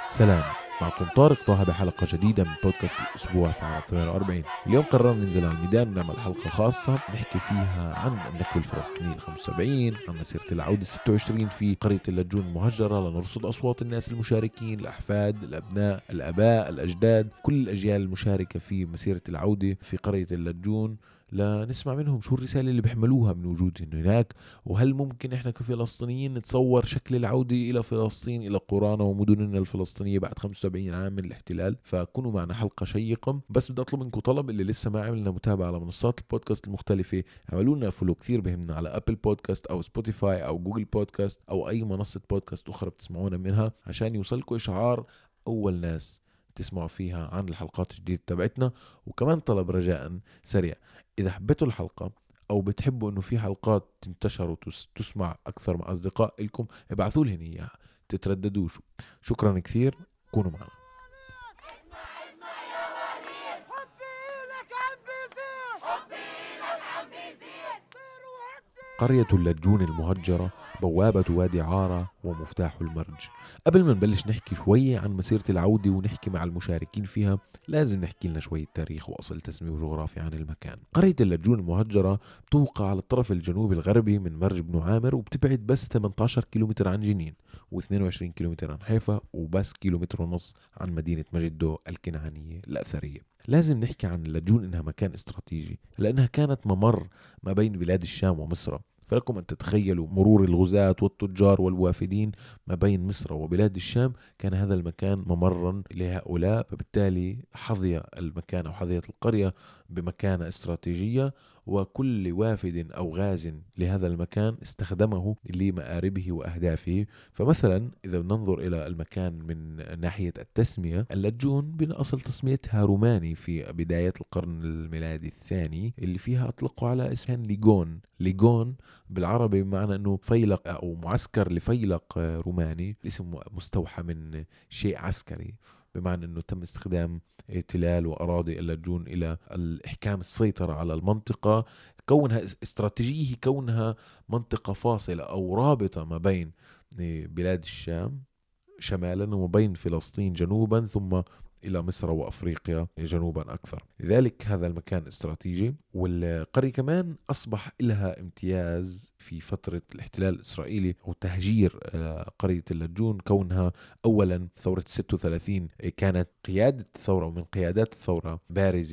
سلام. معكم طارق طه بحلقة جديدة من بودكاست الأسبوع في عام 48. اليوم قررنا ننزل على الميدان ونعمل حلقة خاصة نحكي فيها عن النكبة الفلسطينية 75، عن مسيرة العودة 26 في قرية اللجون المهجرة، لنرصد أصوات الناس المشاركين، الأحفاد، الأبناء، الآباء، الأجداد، كل الأجيال المشاركة في مسيرة العودة في قرية اللجون، لنسمع منهم شو الرسالة اللي بيحملوها من وجودهم هناك، وهل ممكن إحنا كفلسطينيين نتصور شكل العودة إلى فلسطين، إلى قرانا ومدننا الفلسطينية بعد 75 عام من الاحتلال. فكونوا معنا حلقة شيقة. بس بدي أطلب منكم طلب، اللي لسه ما عملنا متابعة على منصات البودكاست المختلفة، اعملوا لنا فولو، كثير بهمنا على أبل بودكاست أو سبوتيفاي أو جوجل بودكاست أو أي منصة بودكاست أخرى بتسمعونا منها، عشان يوصلكم إشعار أول ناس تسمعوا فيها عن الحلقات الجديدة تبعتنا. وكمان طلب رجاء سريع، إذا حبيتوا الحلقة أو بتحبوا إنه في حلقات تنتشر وتسمع أكثر مع أصدقاء لكم، ابعثوا لهم إياها، تترددوش. شكرا كثير، كونوا معنا. قرية اللجون المهجرة، بوابة وادي عارة ومفتاح المرج. قبل ما نبلش نحكي شوي عن مسيرة العودة ونحكي مع المشاركين فيها، لازم نحكي لنا شوية تاريخ وأصل تسمية وجغرافيا عن المكان. قرية اللجون المهجرة بتوقع على الطرف الجنوبي الغربي من مرج بن عامر، وبتبعد بس 18 كيلومتر عن جنين، و22 كيلومتر عن حيفا، وبس كيلومتر ونص عن مدينة مجدو الكنعانية الأثرية. لازم نحكي عن اللجون إنها مكان استراتيجي، لأنها كانت ممر ما بين بلاد الشام ومصر. فلكم أن تتخيلوا مرور الغزاة والتجار والوافدين ما بين مصر وبلاد الشام، كان هذا المكان ممرا لهؤلاء، فبالتالي حظي المكان أو حظيت القرية بمكانة استراتيجية، وكل وافد أو غاز لهذا المكان استخدمه لمآربه وأهدافه. فمثلا إذا ننظر إلى المكان من ناحية التسمية، اللجون بأصل تسميتها روماني في بداية القرن الميلادي الثاني، اللي فيها أطلقوا على اسم ليجون بالعربي، بمعنى أنه فيلق أو معسكر لفيلق روماني. الاسم مستوحى من شيء عسكري، بمعنى أنه تم استخدام تلال وأراضي اللجون إلى الإحكام السيطرة على المنطقة، كونها استراتيجية، كونها منطقة فاصلة أو رابطة ما بين بلاد الشام شمالا وما بين فلسطين جنوبا، ثم إلى مصر وأفريقيا جنوبا أكثر. لذلك هذا المكان استراتيجي. والقرية كمان أصبح لها امتياز في فترة الاحتلال الإسرائيلي أو تهجير قرية اللجون، كونها أولا ثورة 36 كانت قيادة الثورة ومن قيادات الثورة بارزة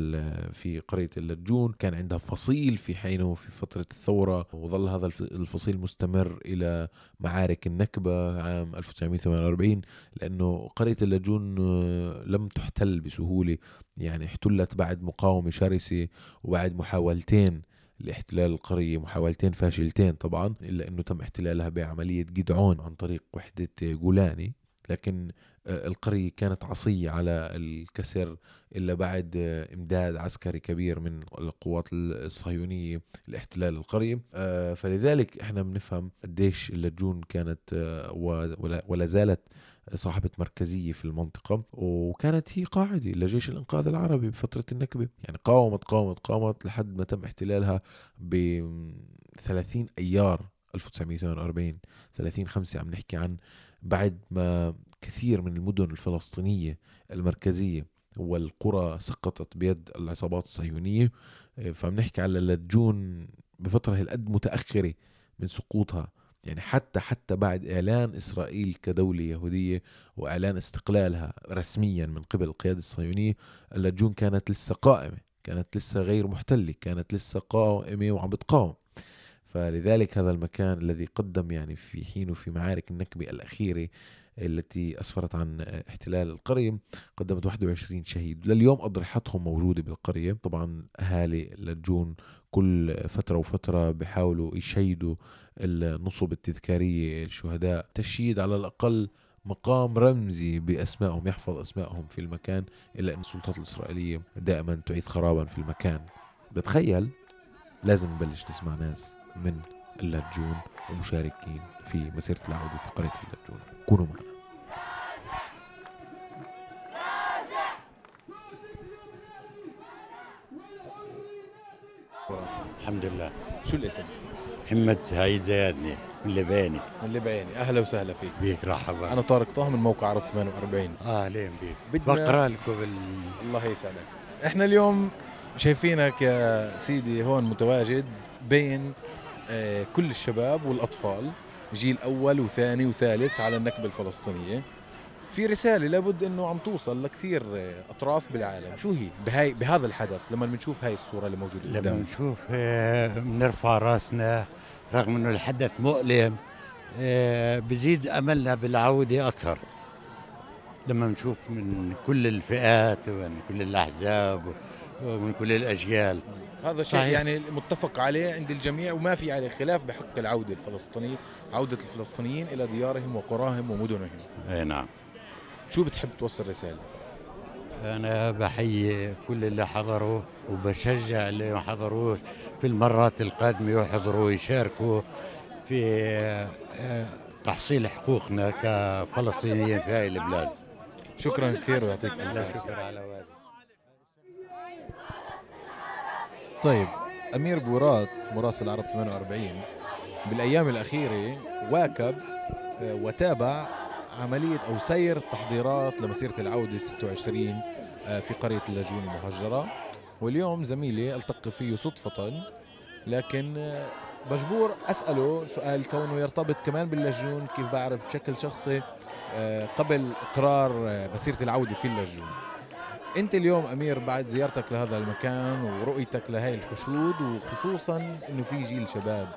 في قرية اللجون، كان عندها فصيل في حينه في فترة الثورة، وظل هذا الفصيل مستمر إلى معارك النكبة عام 1948، لأنه قرية اللجون لم تحتل بسهولة، يعني احتلت بعد مقاومة شرسة وبعد محاولتين لاحتلال القرية، محاولتين فاشلتين طبعا، إلا أنه تم احتلالها بعملية جدعون عن طريق وحدة جولاني. لكن القرية كانت عصية على الكسر إلا بعد إمداد عسكري كبير من القوات الصهيونية لاحتلال القرية. فلذلك إحنا بنفهم قديش اللجون كانت ولا زالت صاحبة مركزية في المنطقة، وكانت هي قاعدة لجيش الإنقاذ العربي بفترة النكبة. يعني قاومت لحد ما تم احتلالها ب 30 أيار 1948، 30/5 عم نحكي عن، بعد ما كثير من المدن الفلسطينية المركزية والقرى سقطت بيد العصابات الصهيونية. فبنحكي على اللجون بفترة هالقد متأخرة من سقوطها. يعني حتى بعد إعلان إسرائيل كدولة يهودية وإعلان استقلالها رسميا من قبل القيادة الصهيونية، اللجون كانت لسه قائمة، كانت لسه غير محتلة، كانت لسه قائمة وعم بتقاوم. فلذلك هذا المكان الذي قدم يعني في حين في معارك النكبة الأخيرة التي أسفرت عن احتلال القرية، قدمت 21 شهيد. لليوم أضرحتهم موجودة بالقرية. طبعا أهالي اللجون كل فترة وفترة بيحاولوا يشيدوا النصب التذكارية الشهداء، تشييد على الأقل مقام رمزي بأسمائهم، يحفظ أسمائهم في المكان، إلا أن السلطات الإسرائيلية دائما تعيد خرابا في المكان. بتخيل لازم نبلش نسمع ناس من اللجون ومشاركين في مسيرة العودة في قرية اللجون. كونوا معنا. الحمد لله. شو الاسم؟ محمد سعيد زيادني من لباني. من لبنان. اهلا وسهلا فيك. بيك مرحبا. انا طارق طه من موقع عرب 48. اهلين بيك. بقرا لكم الله يسعدك. احنا اليوم شايفينك يا سيدي هون متواجد بين كل الشباب والاطفال، جيل اول وثاني وثالث على النكبه الفلسطينيه. في رساله لابد انه عم توصل لكثير اطراف بالعالم. شو هي بهذا الحدث لما بنشوف هاي الصوره اللي موجوده لما قدامنا؟ نشوف بنرفع راسنا رغم انه الحدث مؤلم، بزيد املنا بالعوده اكثر لما نشوف من كل الفئات ومن كل الاحزاب ومن كل الاجيال. هذا شيء يعني متفق عليه عند الجميع وما في عليه خلاف بحق العوده الفلسطينيه، عوده الفلسطينيين الى ديارهم وقراهم ومدنهم. اي نعم. شو بتحب توصل رساله؟ أنا بحيي كل اللي حضروا وبشجع اللي ما حضروش في المرات القادمة يحضروا يشاركوا في تحصيل حقوقنا كفلسطينيين في هاي البلاد. شكرا كثير ويعطيك الف شكرا على واجب. طيب أمير بورات مراسل عرب 48 بالأيام الأخيرة واكب وتابع عملية أو سير التحضيرات لمسيرة العودة 26 في قرية اللاجون المهجرة. واليوم زميلي ألتقي فيه صدفة، لكن مجبور أسأله سؤال كونه يرتبط كمان باللاجون، كيف بعرف بشكل شخصي قبل إقرار مسيرة العودة في اللاجون. أنت اليوم أمير بعد زيارتك لهذا المكان ورؤيتك لهي الحشود وخصوصا أنه في جيل شباب،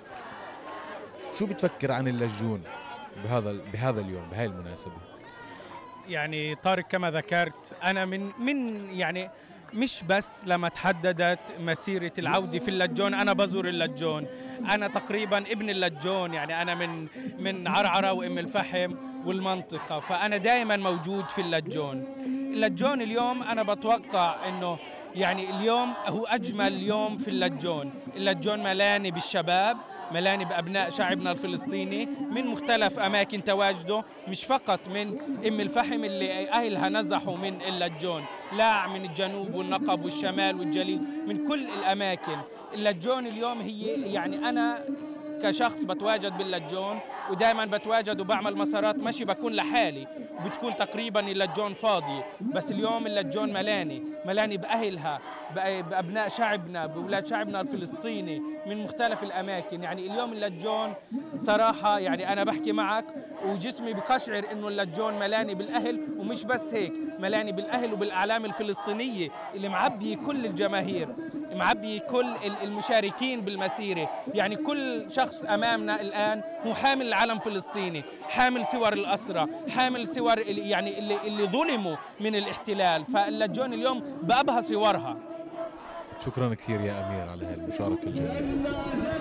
شو بتفكر عن اللاجون بهذا اليوم بهاي المناسبة؟ يعني طارق كما ذكرت أنا من يعني مش بس لما تحددت مسيرة العودة في اللجون أنا بزور اللجون، أنا تقريبا ابن اللجون، يعني أنا من عرعرة وأم الفحم والمنطقة، فأنا دائما موجود في اللجون. اللجون اليوم أنا بتوقع أنه يعني اليوم هو أجمل يوم في اللجون. اللجون ملاني بالشباب، ملاني بأبناء شعبنا الفلسطيني من مختلف أماكن تواجده، مش فقط من أم الفحم اللي أهلها نزحوا من اللجون، لا من الجنوب والنقب والشمال والجليل، من كل الأماكن. اللجون اليوم هي يعني أنا كشخص بتواجد باللجون ودائما بتواجد وبعمل مسارات مشي بكون لحالي، بتكون تقريبا اللجون فاضي، بس اليوم اللجون ملاني بأهلها، بأبناء شعبنا، بأولاد شعبنا الفلسطيني من مختلف الأماكن. يعني اليوم اللجون صراحة يعني أنا بحكي معك وجسمي بقشعر إنه اللجون ملاني بالأهل، ومش بس هيك ملاني بالأهل وبالأعلام الفلسطينية اللي معبي كل الجماهير، معبي كل المشاركين بالمسيرة. يعني كل شخص أمامنا الآن هو حامل العلم فلسطيني، حامل صور الأسرى، حامل صور يعني اللي ظلموا من الاحتلال، فاللجون اليوم بأبهى صورها. شكرا كثير يا أمير على هذه المشاركة الجميلة.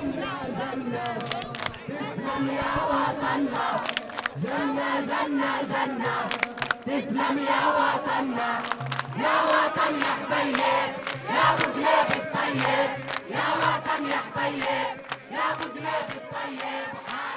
تسلم يا وطننا، جنة جنة جنة، تسلم يا وطننا، يا وطن يا حبيب، يا ابو قلاب الطيب، يا وطن يا حبيب، يا ابو قلاب الطيب،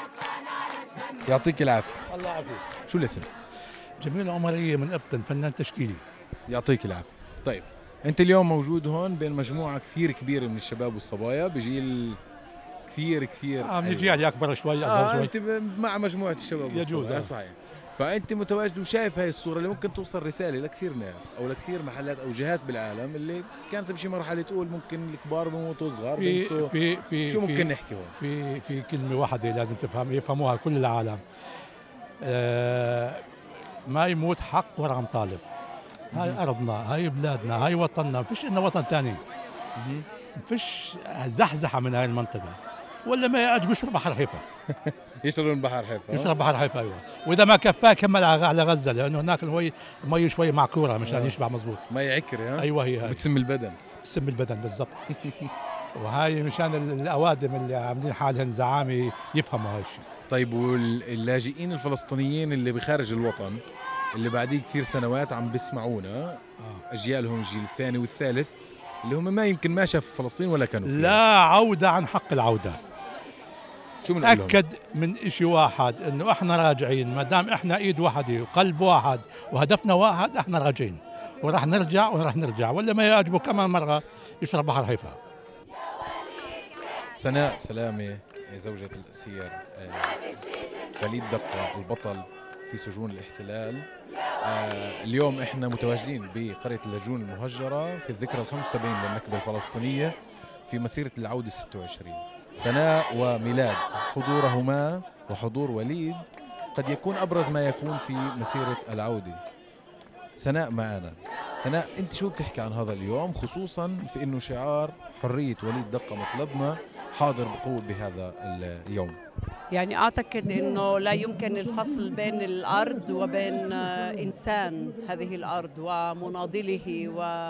يعطيك العافية. الله يعافيك. شو الاسم؟ جميل عمرية من أبتن، فنان تشكيلي. يعطيك العافية. طيب أنت اليوم موجود هون بين مجموعة كثير كبيرة من الشباب والصبايا بجيل كثير من الجيل أكبر شوي أصغر شوي. أنت مع مجموعة الشباب يجوز صحيح. فأنت متواجد وشايف هاي الصورة اللي ممكن توصل رسالة لكثير ناس أو لكثير محلات أو جهات بالعالم اللي كانت بشي مرحلة تقول ممكن الكبار بيموتوا صغار بينسوا. شو ممكن نحكي هون؟ في كلمة واحدة لازم يفهموها كل العالم. ما يموت حق ولا عم طالب. هاي أرضنا، هاي بلادنا، هاي وطننا، ما فيش إلنا وطن ثاني. ما فيش زحزحة من هاي المنطقة، ولا ما يعجبه يشرب بحر حيفا. يشرب من بحر حيفا. يشرب بحر حيفا أيوة. وإذا ما كفاه كمل على غزة، لأنه هناك المي شوي معكورة مشان يشبع مزبوط. مي عكرة ها؟ أيوة هي بتسم البدن. بتسم البدن بالضبط. وهاي مشان الأوادم اللي عاملين حالهم زعامة يفهموا هاي الشيء. طيب واللاجئين الفلسطينيين اللي بخارج الوطن اللي بعديه كثير سنوات عم بيسمعونا أجيالهم الجيل الثاني والثالث اللي هم ما يمكن ما شاف فلسطين ولا كانوا فيها. لا عودة عن حق العودة. شو بنقول لهم؟ أكد من إشي واحد إنه إحنا راجعين، ما دام إحنا إيد واحدة وقلب واحد وهدفنا واحد إحنا راجعين ورح نرجع ولا ما يعجبه كمان مرة يشرب بحر حيفا. سناء سلامة زوجة الأسير وليد دقة البطل في سجون الاحتلال. اليوم احنا متواجدين بقرية اللاجون المهجرة في الذكرى 75 للنكبة الفلسطينية في مسيرة العودة 26. سناء وميلاد حضورهما وحضور وليد قد يكون أبرز ما يكون في مسيرة العودة. سناء معنا. سناء، أنت شو بتحكي عن هذا اليوم، خصوصا في أنه شعار حرية وليد دقة مطلبنا حاضر بقوة بهذا اليوم؟ يعني أعتقد أنه لا يمكن الفصل بين الأرض وبين إنسان هذه الأرض ومناضله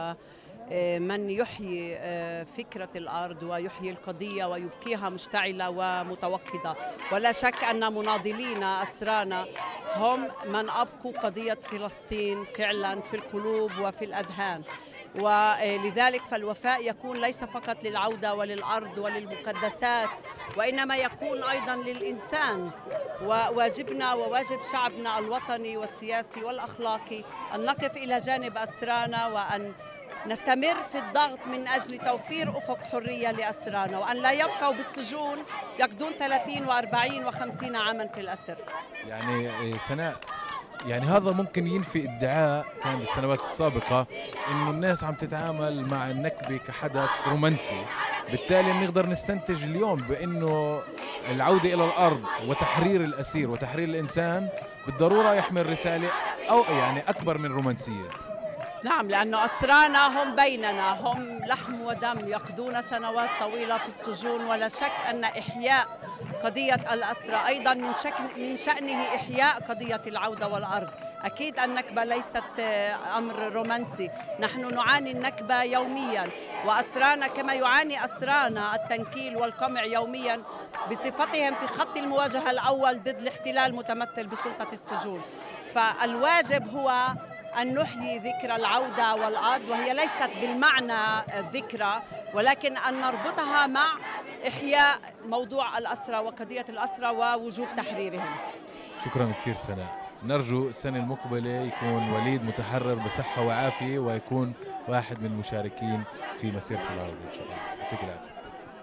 ومن يحيي فكرة الأرض ويحيي القضية ويبقيها مشتعلة ومتوقدة. ولا شك أن مناضلينا أسرانا هم من أبقوا قضية فلسطين فعلا في القلوب وفي الأذهان، ولذلك فالوفاء يكون ليس فقط للعودة وللأرض وللمقدسات، وإنما يكون أيضا للإنسان. وواجبنا وواجب شعبنا الوطني والسياسي والأخلاقي أن نقف إلى جانب أسرانا وأن نستمر في الضغط من أجل توفير أفق حرية لأسرانا، وأن لا يبقوا بالسجون يقضون 30 و40 و50 عاما في الأسر. يعني سناء، يعني هذا ممكن ينفي ادعاء كان بالسنوات السابقة إنه الناس عم تتعامل مع النكبة كحدث رومانسي، بالتالي نقدر نستنتج اليوم بأنه العودة إلى الأرض وتحرير الأسير وتحرير الإنسان بالضرورة يحمل رسالة أو يعني أكبر من رومانسية. نعم، لأنه أسرانا هم بيننا، هم لحم ودم يقضون سنوات طويلة في السجون، ولا شك أن إحياء قضية الأسرى أيضا من شأنه إحياء قضية العودة والأرض. أكيد النكبة ليست أمر رومانسي، نحن نعاني النكبة يوميا، وأسرانا كما يعاني أسرانا التنكيل والقمع يوميا بصفتهم في خط المواجهة الأول ضد الاحتلال متمثل بسلطة السجون. فالواجب هو أن نحيي ذكرى العودة والأرض، وهي ليست بالمعنى ذكرى، ولكن أن نربطها مع إحياء موضوع الأسرى وقضية الأسرى ووجوب تحريرهم. شكرا كثير سناء. نرجو السنة المقبلة يكون وليد متحرر بصحة وعافية ويكون واحد من المشاركين في مسيرة العودة إن شاء الله. يعطيك العافية.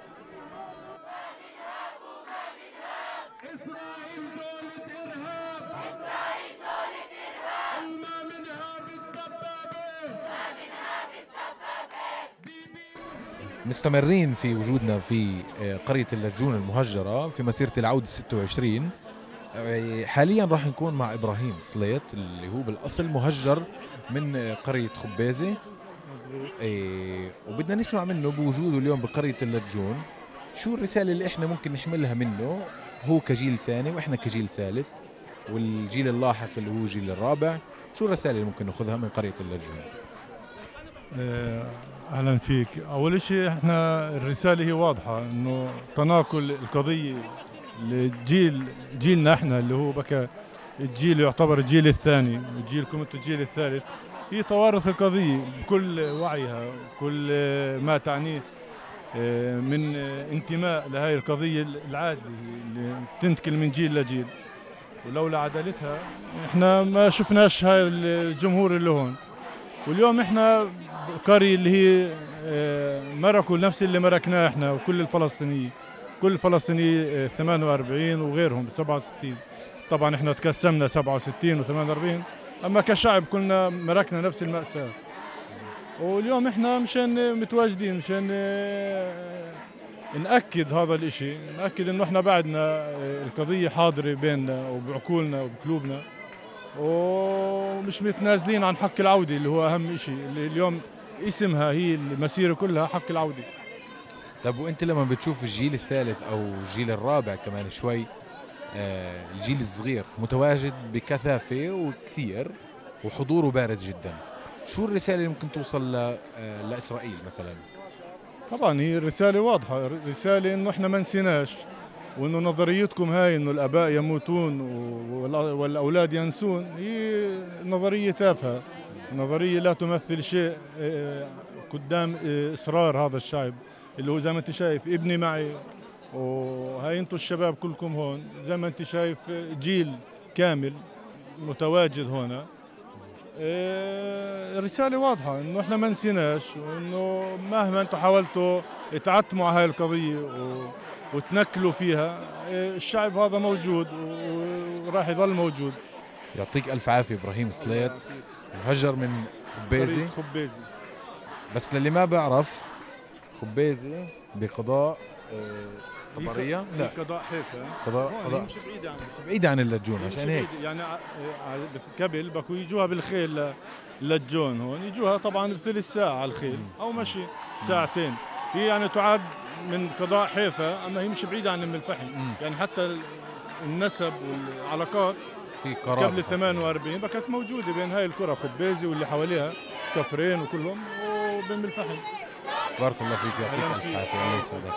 مستمرين في وجودنا في قرية اللاجون المهجرة في مسيرة العودة 26. حاليا راح نكون مع إبراهيم سليط اللي هو بالأصل مهجر من قرية خبازة، وبدنا نسمع منه بوجوده اليوم بقرية اللاجون شو الرسالة اللي احنا ممكن نحملها منه، هو كجيل ثاني واحنا كجيل ثالث والجيل اللاحق اللي هو الجيل الرابع. شو الرسالة اللي ممكن ناخذها من قرية اللاجون؟ أهلا فيك. أول شيء احنا الرسالة هي واضحة، إنه تناقل القضية جيلنا احنا اللي هو بكى الجيل يعتبر الجيل الثاني وجيلكم انتم الجيل الثالث، هي توارث القضية بكل وعيها وكل ما تعنيه من انتماء لهذه القضية العادلة اللي بتنتقل من جيل لجيل، ولولا عدالتها احنا ما شفناش هاي الجمهور اللي هون. واليوم احنا قرية اللي هي مركوا نفس اللي مركناه احنا وكل الفلسطينيين، كل الفلسطينيين 48 وغيرهم 67. طبعا احنا تقسمنا 67 و48، اما كشعب كنا مركنا نفس المأساة. واليوم احنا مشان متواجدين مشان نأكد هذا الاشي، نأكد انه احنا بعدنا القضية حاضرة بيننا وبعقولنا وبقلوبنا، ومش متنازلين عن حق العودة اللي هو أهم إشي، اللي اليوم اسمها هي المسيرة كلها حق العودة. طب وانت لما بتشوف الجيل الثالث او الجيل الرابع كمان شوي، الجيل الصغير متواجد بكثافة وكثير وحضوره بارز جدا، شو الرسالة اللي ممكن توصل لإسرائيل مثلا؟ طبعا هي الرسالة واضحة، الرسالة انه احنا ما نسيناش، وانه نظريتكم هاي انه الاباء يموتون والاولاد ينسون هي نظرية تافهة، نظرية لا تمثل شيء قدام اصرار هذا الشعب اللي هو زي ما انت شايف ابني معي، وهاي انتم الشباب كلكم هون زي ما انت شايف جيل كامل متواجد هنا. الرسالة واضحة انه احنا ما نسيناش، وانه مهما انتم حاولتوا تعتموا على هاي القضية وتنكلوا فيها. الشعب هذا موجود وراح يظل موجود. يعطيك الف عافيه ابراهيم سليت، مهجر من خبيزي. بس للي ما بعرف، خبيزي بقضاء طبرية، لا قضاء حيفا، قضاء مش بعيدة عن اللجون. عشان هيك يعني قبل بكو يجوها بالخيل للجون، هون يجوها طبعا بثلث ساعة على الخيل أو مشي ساعتين. هي يعني تعد من قضاء حيفا، أما هي مش بعيدة عن أم الفحم. يعني حتى النسب والعلاقات في قرار قبل 48 كانت موجودة بين هاي القرى خبيزي واللي حواليها كفرين وكلهم وبأم الفحم. بارك الله فيك، يعطيك الف عافية، الله يسعدك.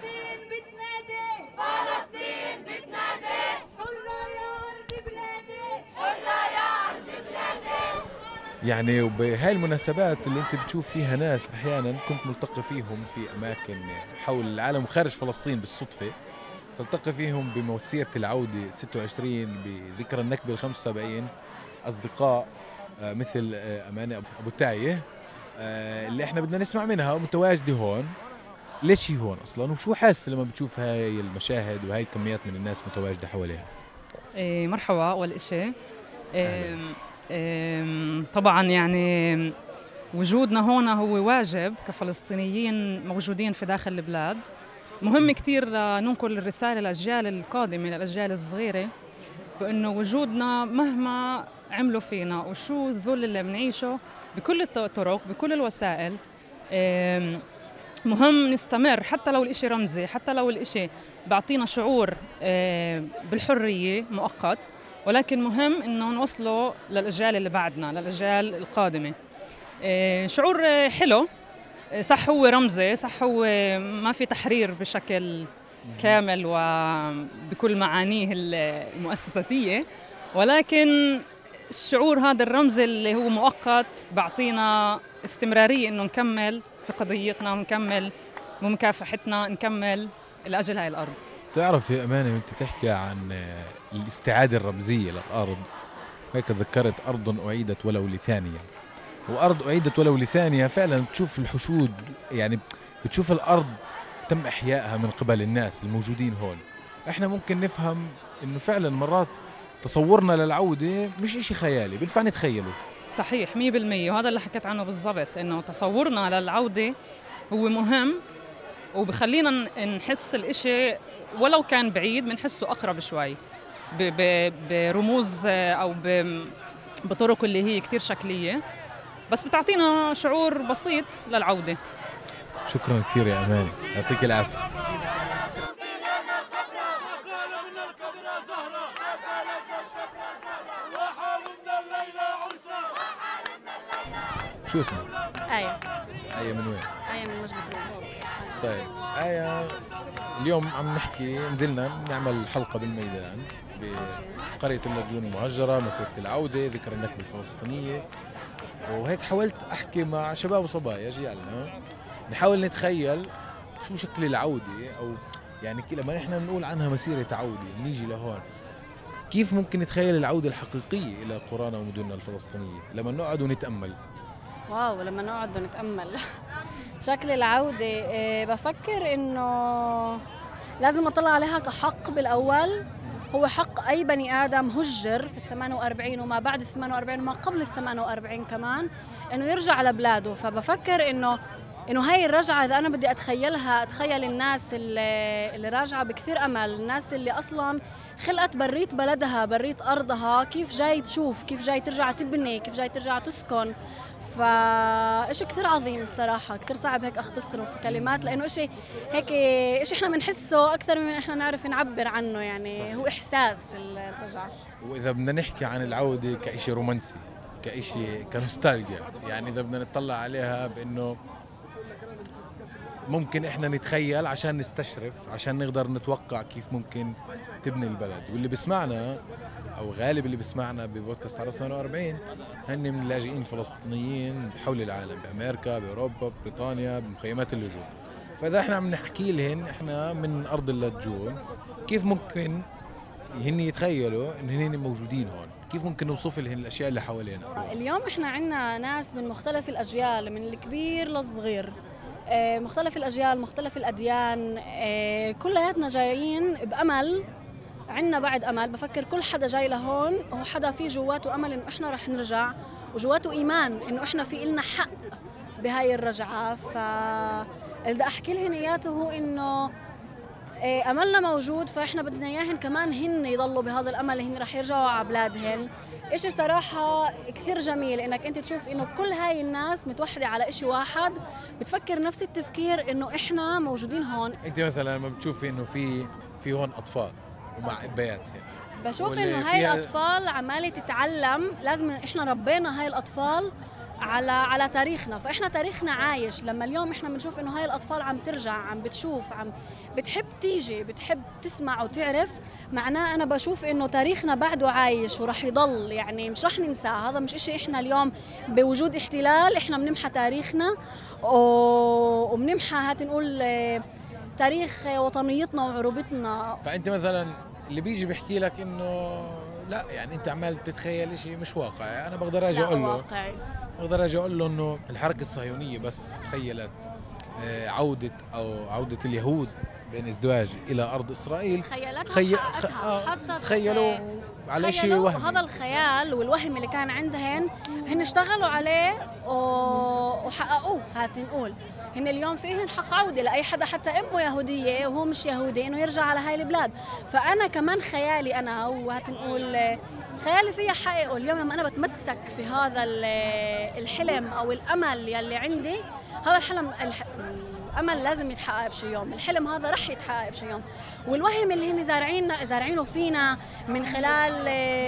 فلسطين بتنادي حرة يا أرض بلادي، حرة يا أرض بلادي. يعني وبهاي المناسبات اللي انت بتشوف فيها ناس احيانا كنت ملتقي فيهم في اماكن حول العالم وخارج فلسطين بالصدفة، تلتقي فيهم بمسيرة العودة 26 بذكرى النكبة 75 أصدقاء مثل أمانة أبو تايه اللي احنا بدنا نسمع منها ومتواجدة هون. ليش هي هون أصلا وشو حاسة لما بتشوف هاي المشاهد وهاي الكميات من الناس متواجدة حواليها؟ مرحبا. أول إشي طبعا يعني وجودنا هون هو واجب كفلسطينيين موجودين في داخل البلاد. مهم كتير ننقل الرسالة للأجيال القادمة، للأجيال الصغيرة، بأنه وجودنا مهما عملوا فينا وشو الذل اللي بنعيشه بكل الطرق بكل الوسائل، مهم نستمر حتى لو الإشي رمزي، حتى لو الإشي بعطينا شعور بالحرية مؤقت، ولكن مهم إنه نوصله للأجيال اللي بعدنا، للأجيال القادمة. شعور حلو، صح هو رمزي، صح هو ما في تحرير بشكل كامل وبكل معانيه المؤسساتية، ولكن الشعور هذا الرمزي اللي هو مؤقت بعطينا استمرارية إنه نكمل في قضيتنا ونكمل بمكافحتنا، نكمل لأجل هاي الأرض. تعرف يا أمانة وانت تحكي عن الاستعادة الرمزية للأرض، هيك تذكرت أرض أعيدت ولو لثانية. وأرض أعيدت ولو لثانية فعلا بتشوف الحشود، يعني بتشوف الأرض تم إحيائها من قبل الناس الموجودين هون. إحنا ممكن نفهم إنه فعلا مرات تصورنا للعودة مش إشي خيالي، بنفع نتخيله. صحيح 100%، وهذا اللي حكيت عنه بالضبط، إنه تصورنا للعودة هو مهم وبخلينا نحس الإشي ولو كان بعيد بنحسه أقرب شوي برموز أو بطرق اللي هي كتير شكلية، بس بتعطينا شعور بسيط للعودة. شكرا كثير يا أماني، يعطيك العافية. شو اسمك؟ آية. آية من وين؟ آية من مجد الكريم. طيب آية، اليوم عم نحكي، نزلنا نعمل حلقة بالميدان بقرية اللجون المهجرة، مسيرة العودة، ذكرى النكبة الفلسطينية، وهيك حاولت أحكي مع شباب وصبايا جيالنا نحاول نتخيل شو شكل العودة، أو يعني لما نحن بنقول عنها مسيرة عودة نيجي لهون كيف ممكن نتخيل العودة الحقيقية إلى قرانا ومدننا الفلسطينية لما نقعد ونتأمل. واو، لما نقعد ونتأمل شكل العودة، بفكر إنه لازم أطلع عليها كحق بالأول، هو حق أي بني آدم هجر في 48 وما بعد 48 وما قبل 48 كمان، إنه يرجع لبلاده. فبفكر إنه هاي الرجعة إذا أنا بدي أتخيلها، أتخيل الناس اللي راجعة بكثير أمل، الناس اللي أصلاً خلقت بريت بلدها، بريت أرضها، كيف جاي تشوف، كيف جاي ترجع تبني، كيف جاي ترجع تسكن. فإشي كثير عظيم الصراحة، كثير صعب هيك أختصره في كلمات، لأنه إشي هيك إشي إحنا بنحسه أكثر من إحنا نعرف نعبر عنه، يعني هو إحساس الرجعة. وإذا بدنا نحكي عن العودة كإشي رومانسي، كإشي كنوستالجيا، يعني إذا بدنا نطلع عليها بأنه ممكن إحنا نتخيل عشان نستشرف، عشان نقدر نتوقع كيف ممكن تبني البلد. واللي بسمعنا أو غالب اللي بسمعنا ببودكاست عرب 48 هن من اللاجئين الفلسطينيين حول العالم، بأمريكا، بأوروبا، ببريطانيا، بمخيمات اللجوء. فإذا إحنا عم نحكي لهن إحنا من أرض اللجون، كيف ممكن هن يتخيلوا إن هن موجودين هون؟ كيف ممكن نوصف لهن الأشياء اللي حوالينا؟ اليوم إحنا عنا ناس من مختلف الأجيال، من الكبير للصغير، مختلف الأجيال، مختلف الأديان، كلياتنا جايين بأمل. عنا بعد أمل. بفكر كل حدا جاي لهون هو حدا فيه جواته أمل إنه إحنا رح نرجع، وجواته إيمان إنه إحنا في إلنا حق بهاي الرجعة. فاللي بدي أحكي لهن إياته هو إنه أملنا موجود، فإحنا بدنا إياهن كمان هن يضلوا بهذا الأمل، هن رح يرجعوا على بلادهن. إشي صراحة كثير جميل إنك أنت تشوف إنه كل هاي الناس متوحدة على إشي واحد، بتفكر نفس التفكير إنه إحنا موجودين هون. أنت مثلا لما بتشوفي إنه في هون أطفال ومع أبياتهم، بشوف إنه هاي الأطفال عمالة تتعلم، لازم إحنا ربينا هاي الأطفال على تاريخنا، فإحنا تاريخنا عايش. لما اليوم إحنا بنشوف إنه هاي الأطفال عم ترجع، عم بتشوف، عم بتحب تيجي، بتحب تسمع وتعرف، معناه أنا بشوف إنه تاريخنا بعده عايش ورح يضل، يعني مش رح ننساه. هذا مش إشي إحنا اليوم بوجود احتلال إحنا بنمحى تاريخنا وبنمحى هات نقول تاريخ وطنيتنا وعروبتنا. فأنت مثلا اللي بيجي بيحكي لك إنه لا، يعني أنت عمال تتخيل إشي مش واقعي، أنا بقدر أجي أقول له واقعي. بقدر أجي أقول له إنه الحركة الصهيونية بس تخيلت عودة اليهود بين ازدواج إلى أرض إسرائيل، تخيلوا على شيء وهم. هذا الخيال والوهم اللي كان عندهن هن اشتغلوا عليه وحققوه. هات نقول هن اليوم فيهن حق عودة لأي حدا حتى أمه يهودية وهو مش يهودي إنه يرجع على هاي البلاد. فأنا كمان خيالي أنا وهات نقول خيالي فيها حقيقه. اليوم لما أنا بتمسك في هذا الحلم أو الأمل يلي عندي، هذا الأمل لازم يتحقق بشي يوم، الحلم هذا رح يتحقق بشي يوم. والوهم اللي هن زارعينه فينا من خلال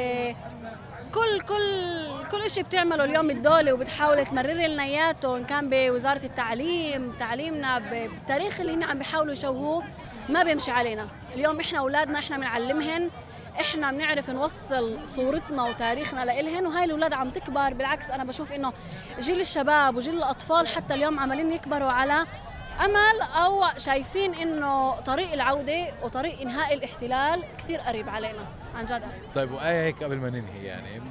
كل شيء بتعمله اليوم الدولة وبتحاول تمرر لنا اياته، ان كان بوزارة التعليم، تعليمنا بالتاريخ اللي هن عم بيحاولوا يشوهوه، ما بيمشي علينا. اليوم احنا اولادنا احنا بنعلمهن، احنا بنعرف نوصل صورتنا وتاريخنا لإلهن، وهاي الاولاد عم تكبر. بالعكس انا بشوف انه جيل الشباب وجيل الاطفال حتى اليوم عمالين يكبروا على امل او شايفين انه طريق العودة وطريق انهاء الاحتلال كثير قريب علينا عن جد. طيب وآية هيك قبل ما ننهي، يعني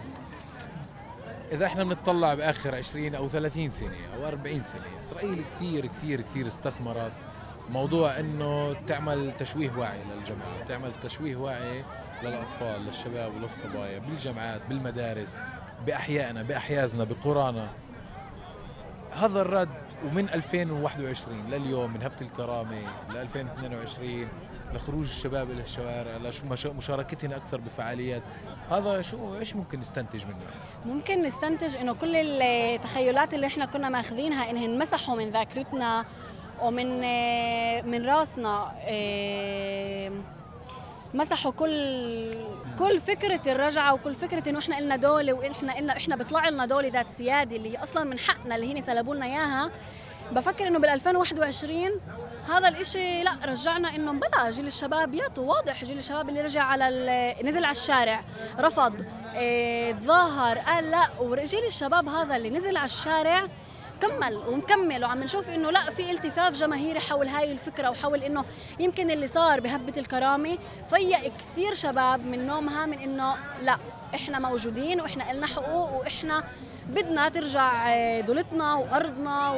إذا إحنا بنطلع بآخر 20 أو 30 سنة أو 40 سنة، إسرائيل كثير كثير كثير استثمرت موضوع إنه تعمل تشويه وعي للجماعة، تعمل تشويه وعي للأطفال، للشباب وللصبايا بالجامعات، بالمدارس، بأحيائنا، بأحيازنا، بقرانا. هذا الرد ومن 2021 لليوم، من هبة الكرامة ل 2022 لخروج الشباب إلى الشوارع، لمشاركتهم أكثر بفعاليات، هذا ايش ممكن نستنتج منه؟ ممكن نستنتج انه كل التخيلات اللي احنا كنا ماخذينها انهن مسحوا من ذاكرتنا ومن راسنا، مسحوا كل فكرة الرجعة وكل فكرة انه احنا لنا دولة واحنا بيطلع لنا دولة ذات سيادة اللي اصلا من حقنا اللي هن سلبوا لنا اياها. بفكر انه بال 2021 هذا الاشي لا رجعنا انه بلا جيل الشباب ياتوا واضح، جيل الشباب اللي رجع نزل على الشارع، رفض، تظاهر، قال لا. وجيل الشباب هذا اللي نزل على الشارع كمل ومكمل، وعم نشوف انه لا في التفاف جماهيري حول هاي الفكره وحول انه يمكن اللي صار بهبة الكرامه فيق كثير شباب من نومها من انه لا احنا موجودين واحنا لنا حقوق واحنا بدنا ترجع دولتنا وارضنا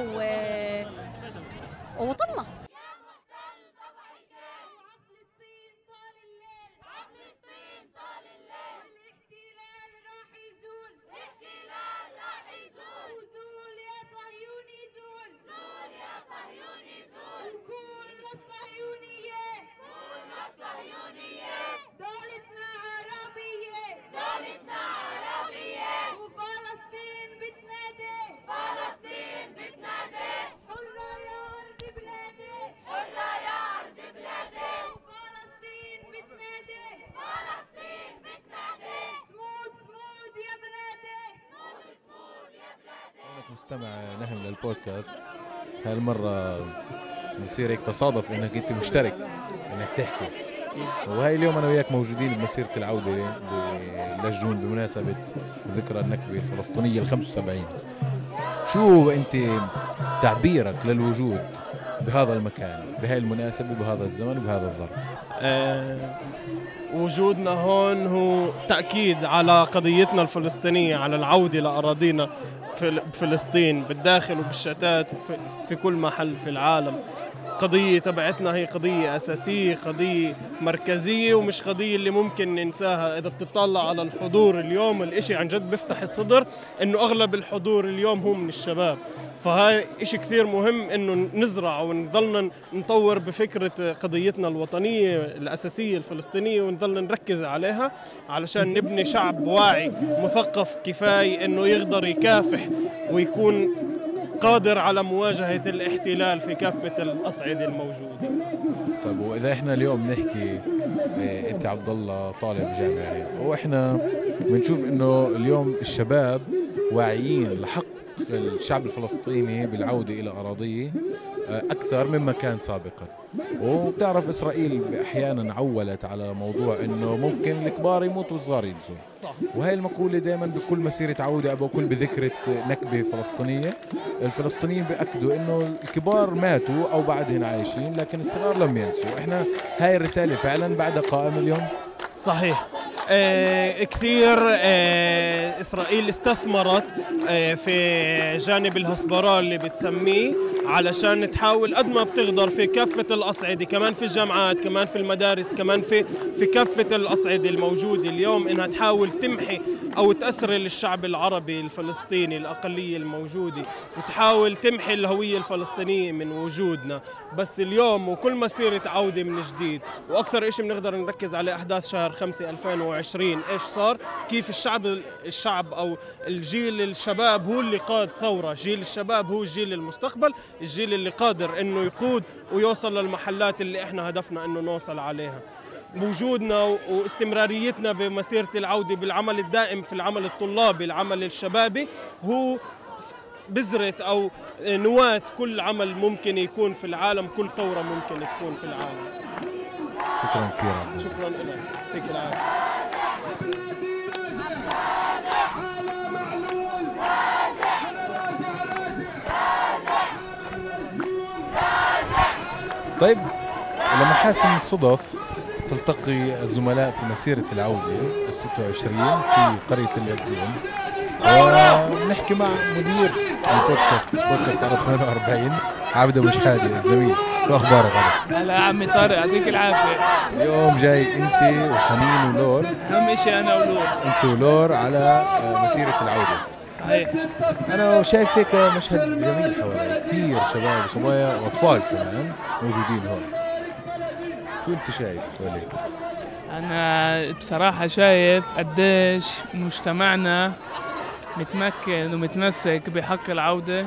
ووطننا. مستمع نهم للبودكاست، هالمرة بصير هيك تصادف انك انت مشترك انك تحكي، وهي اليوم انا وياك موجودين بمسيرة العودة للجون بمناسبة ذكرى النكبة الفلسطينية ال75. شو انت تعبيرك للوجود بهذا المكان بهاي المناسبة بهذا الزمن وبهذا الظرف؟ وجودنا هون هو تأكيد على قضيتنا الفلسطينية، على العودة لأراضينا. بفلسطين بالداخل وبالشتات وفي كل محل في العالم. قضية تبعتنا هي قضية أساسية، قضية مركزية، ومش قضية اللي ممكن ننساها. إذا بتطلع على الحضور اليوم، الإشي عن جد بيفتح الصدر إنه أغلب الحضور اليوم هو من الشباب. فهاي إشي كثير مهم إنه نزرع ونضلنا نطور بفكرة قضيتنا الوطنية الأساسية الفلسطينية، ونضلنا نركز عليها علشان نبني شعب واعي مثقف كفاية إنه يقدر يكافح ويكون قادر على مواجهة الاحتلال في كافة الأصعدة الموجودة. طيب وإذا إحنا اليوم نحكي أنت عبد الله طالب جامعي، وإحنا بنشوف إنه اليوم الشباب واعيين لحق الشعب الفلسطيني بالعودة إلى أراضيه أكثر مما كان سابقا. وبتعرف إسرائيل أحيانا عولت على موضوع إنه ممكن الكبار يموتوا والصغار ينسوا، وهي المقولة دائما بكل مسيرة عودة أو بكل بذكرة نكبة فلسطينية الفلسطينيين بيأكدوا إنه الكبار ماتوا أو بعدهم عايشين لكن الصغار لم ينسوا. إحنا هاي الرسالة فعلا بعدها قائمة اليوم. صحيح. كثير إسرائيل استثمرت في جانب الهسبرة اللي بتسميه علشان تحاول قد ما بتقدر في كافة الأصعدة، كمان في الجامعات، كمان في المدارس، كمان في كافة الأصعدة الموجودة اليوم، إنها تحاول تمحي أو تأسرل الشعب العربي الفلسطيني الأقلية الموجودة، وتحاول تمحي الهوية الفلسطينية من وجودنا. بس اليوم وكل مسيرة عودة من جديد، وأكثر إشي بنقدر نركز على أحداث شهر 5/2020. إيش صار؟ كيف الشعب أو الجيل الشباب هو اللي قاد ثورة. جيل الشباب هو الجيل المستقبل، الجيل اللي قادر إنه يقود ويوصل للمحلات اللي إحنا هدفنا إنه نوصل عليها. وجودنا واستمراريتنا بمسيرة العودة بالعمل الدائم في العمل الطلابي، العمل الشبابي، هو بذرة أو نواة كل عمل ممكن يكون في العالم، كل ثورة ممكن تكون في العالم. شكرا كثيرا. شكرا لك، يعطيك العافية. طيب لمحاسن الصدف تلتقي الزملاء في مسيرة العودة 26 في قرية اللجون، ونحكي مع مدير بودكاست عرب 48 عابد أبو شهادة الزميل. شو أخبارك عبد؟ هلا عمي طارق، يعطيك العافية. اليوم جاي أنت وحنين ولور. أهم شيء أنا ولور. أنت ولور على مسيرة العودة. صحيح. أنا شايف هيك مشهد جميل حوالي، كثير شباب وصبايا وأطفال كمان موجودين هون. شو أنت شايف حواليك؟ أنا بصراحة شايف قديش مجتمعنا متمكن ومتمسك بحق العودة،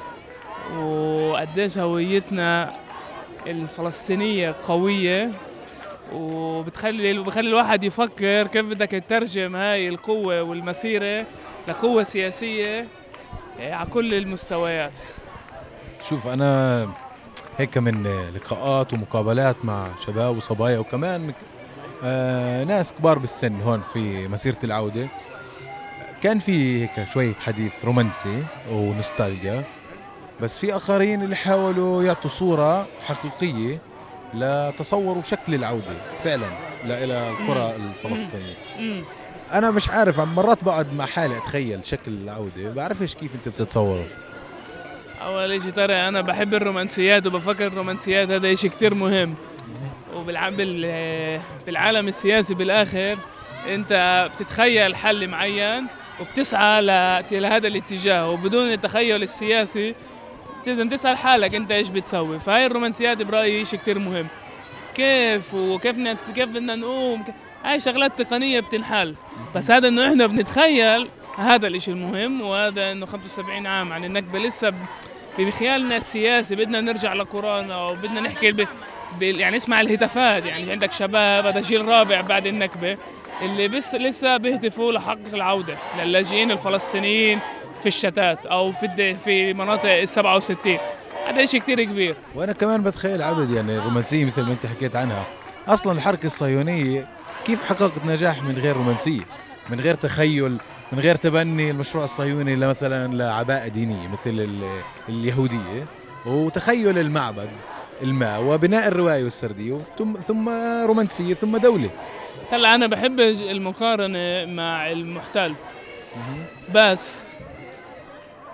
وقديش هويتنا الفلسطينية قوية، وبتخلي الواحد يفكر كيف بدك تترجم هاي القوة والمسيرة لقوة سياسية على كل المستويات. شوف أنا هيك من لقاءات ومقابلات مع شباب وصبايا وكمان ناس كبار بالسن هون في مسيرة العودة، كان في هيك شوية حديث رومانسي ونوستالجيا، بس في آخرين اللي حاولوا يعطوا صورة حقيقية لتصوروا شكل العودة فعلا إلى القرى الفلسطينية. أنا مش عارف، مرات بقعد مع حالي أتخيل شكل العودة، بعرفش كيف أنت بتتصوره. أول شيء ترى أنا بحب الرومانسيات، وبفكر الرومانسيات هذا شيء كتير مهم، بالعالم السياسي بالآخر أنت بتتخيل حل معين وبتسعى لهذا الاتجاه، وبدون التخيل السياسي لازم تسأل حالك أنت إيش بتسوي. فهاي الرومانسيات برأيي شيء كتير مهم. كيف بدنا نقوم، هاي شغلات تقنية بتنحل، بس هذا إنه إحنا بنتخيل هذا الإشي المهم، وهذا إنه 75 عام عن النكبة لسه بخيالنا السياسي بدنا نرجع لقرانا، وبدنا نحكي يعني اسمع الهتافات. يعني عندك شباب، هذا جيل رابع بعد النكبة اللي بس لسه بيهتفوا لحق العودة للاجئين الفلسطينيين في الشتات أو في مناطق 67. هذا شيء كتير كبير. وأنا كمان بتخيل عبد، يعني الرومانسية مثل ما أنت حكيت عنها، أصلا الحركة الصهيونية كيف حققت نجاح من غير رومانسية، من غير تخيل، من غير تبني المشروع الصهيوني مثلا لعباءة دينية مثل اليهودية، وتخيل المعبد الماء وبناء الرواية والسردية، ثم رومانسية ثم دولة. طلع أنا بحب المقارنة مع المحتل، بس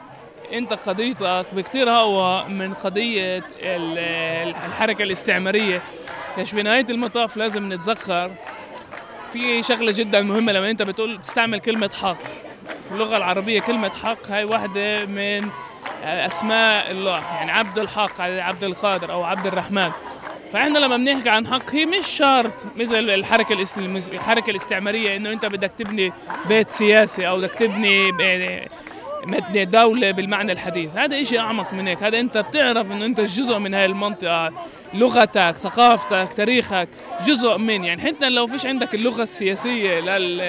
انت قضيتك بكتير هوا من قضية الحركة الاستعمارية. ليش في نهاية المطاف لازم نتذكر في شغلة جدا مهمة. لما انت تستعمل كلمة حق في اللغة العربية، كلمة حق هاي واحدة من أسماء الله، يعني عبد الحق، عبد القادر أو عبد الرحمن. فإحنا لما بنحكي عن حق هي مش شرط مثل الحركة الاستعمارية إنه أنت بدك تبني بيت سياسي أو بدك تبني دولة بالمعنى الحديث. هذا إشي أعمق من هيك. هذا أنت بتعرف إنه أنت جزء من هاي المنطقة، لغتك، ثقافتك، تاريخك جزء من، يعني حتى لو فيش عندك اللغة السياسية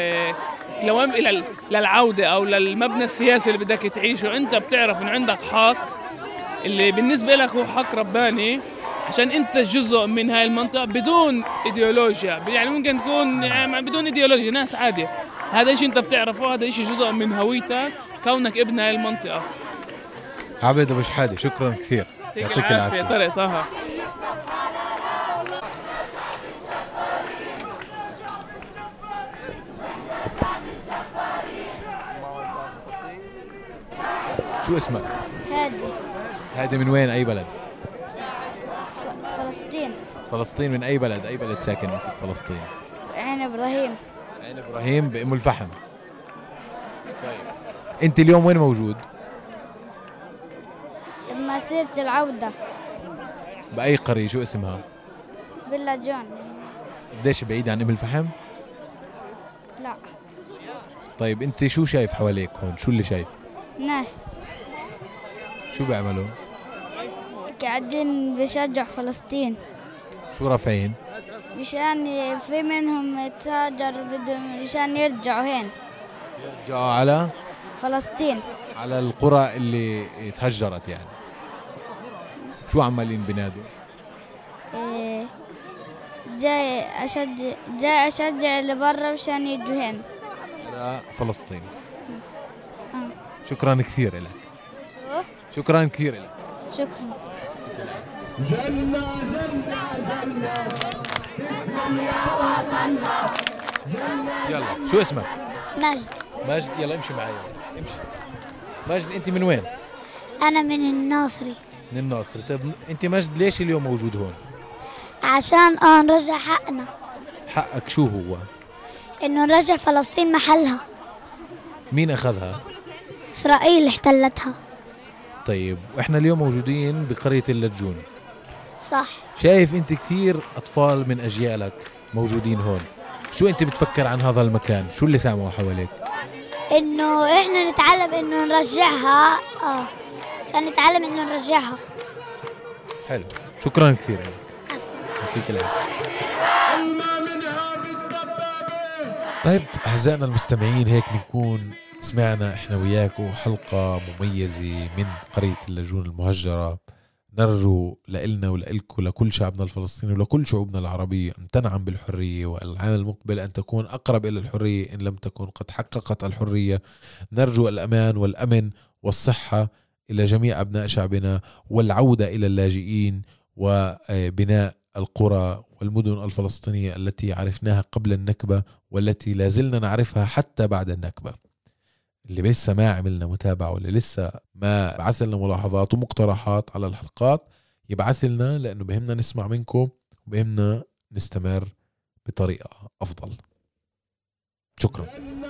للعودة أو للمبنى السياسي اللي بدك تعيشه، أنت بتعرف إنه عندك حق اللي بالنسبة لك هو حق رباني، عشان أنت جزء من هاي المنطقة بدون إيديولوجيا. يعني ممكن تكون بدون إيديولوجيا ناس عادية. هذا إشي أنت بتعرفه، هذا إشي جزء من هويتك كونك ابن هاي المنطقة. عبيد أبو شحادة شكرا كثير، يعطيك العافية. طارق طه. شو اسمك؟ هادي. هادي من وين؟ أي بلد؟ فلسطين. فلسطين من أي بلد؟ أي بلد ساكن أنت بفلسطين؟ عين إبراهيم. عين إبراهيم بأم الفحم. طيب أنت اليوم وين موجود؟ بمسيرة العودة. بأي قرية؟ شو اسمها؟ باللاجون. قديش بعيد عن أم الفحم؟ لا. طيب أنت شو شايف حواليك هون؟ شو اللي شايف؟ ناس. شو بيعملوا؟ قاعدين بيشجعوا فلسطين. شو رافعين؟ مشان في منهم يتهاجر بدهم مشان يرجعوا هين. يرجعوا على؟ فلسطين. على القرى اللي تهجرت يعني. شو عمالين بنادوا؟ جاي أشجع اللي برا مشان يجوا هين. على فلسطين. شكرا كثير لك. شكرا كثير لك. شكرا. جنة جنة جنة تسلم يا وطننا. يلا شو اسمك؟ مجد. مجد يلا امشي معي، امشي. مجد انت من وين؟ أنا من الناصري. من الناصري. طيب انت مجد ليش اليوم موجود هون؟ عشان نرجع حقنا. حقك شو هو؟ إنه نرجع فلسطين محلها. مين أخذها؟ إسرائيل احتلتها. طيب واحنا اليوم موجودين بقرية اللجون. صح. شايف انت كثير أطفال من أجيالك موجودين هون، شو انت بتفكر عن هذا المكان؟ شو اللي سامعه حواليك؟ إنه إحنا نتعلم إنه نرجعها. عشان نتعلم إنه نرجعها. حلو، شكرا كثير لك. يعطيك العافية. طيب أعزائنا المستمعين، هيك بنكون سمعنا إحنا وياكم حلقة مميزة من قرية اللجون المهجرة. نرجو لإلنا ولإلكم لكل شعبنا الفلسطيني ولكل شعوبنا العربية أن تنعم بالحرية، والعام المقبل أن تكون أقرب إلى الحرية إن لم تكن قد حققت الحرية. نرجو الأمان والأمن والصحة إلى جميع أبناء شعبنا، والعودة إلى اللاجئين، وبناء القرى والمدن الفلسطينية التي عرفناها قبل النكبة والتي لازلنا نعرفها حتى بعد النكبة. اللي لسه ما عملنا متابعة واللي لسه ما بعث لنا ملاحظات ومقترحات على الحلقات يبعث لنا، لأنه بهمنا نسمع منكم وبهمنا نستمر بطريقة أفضل. شكرا.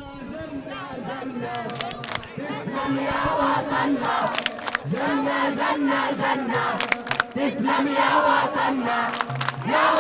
تسلم يا وطننا. جنة جنة جنة تسلم يا وطننا. يا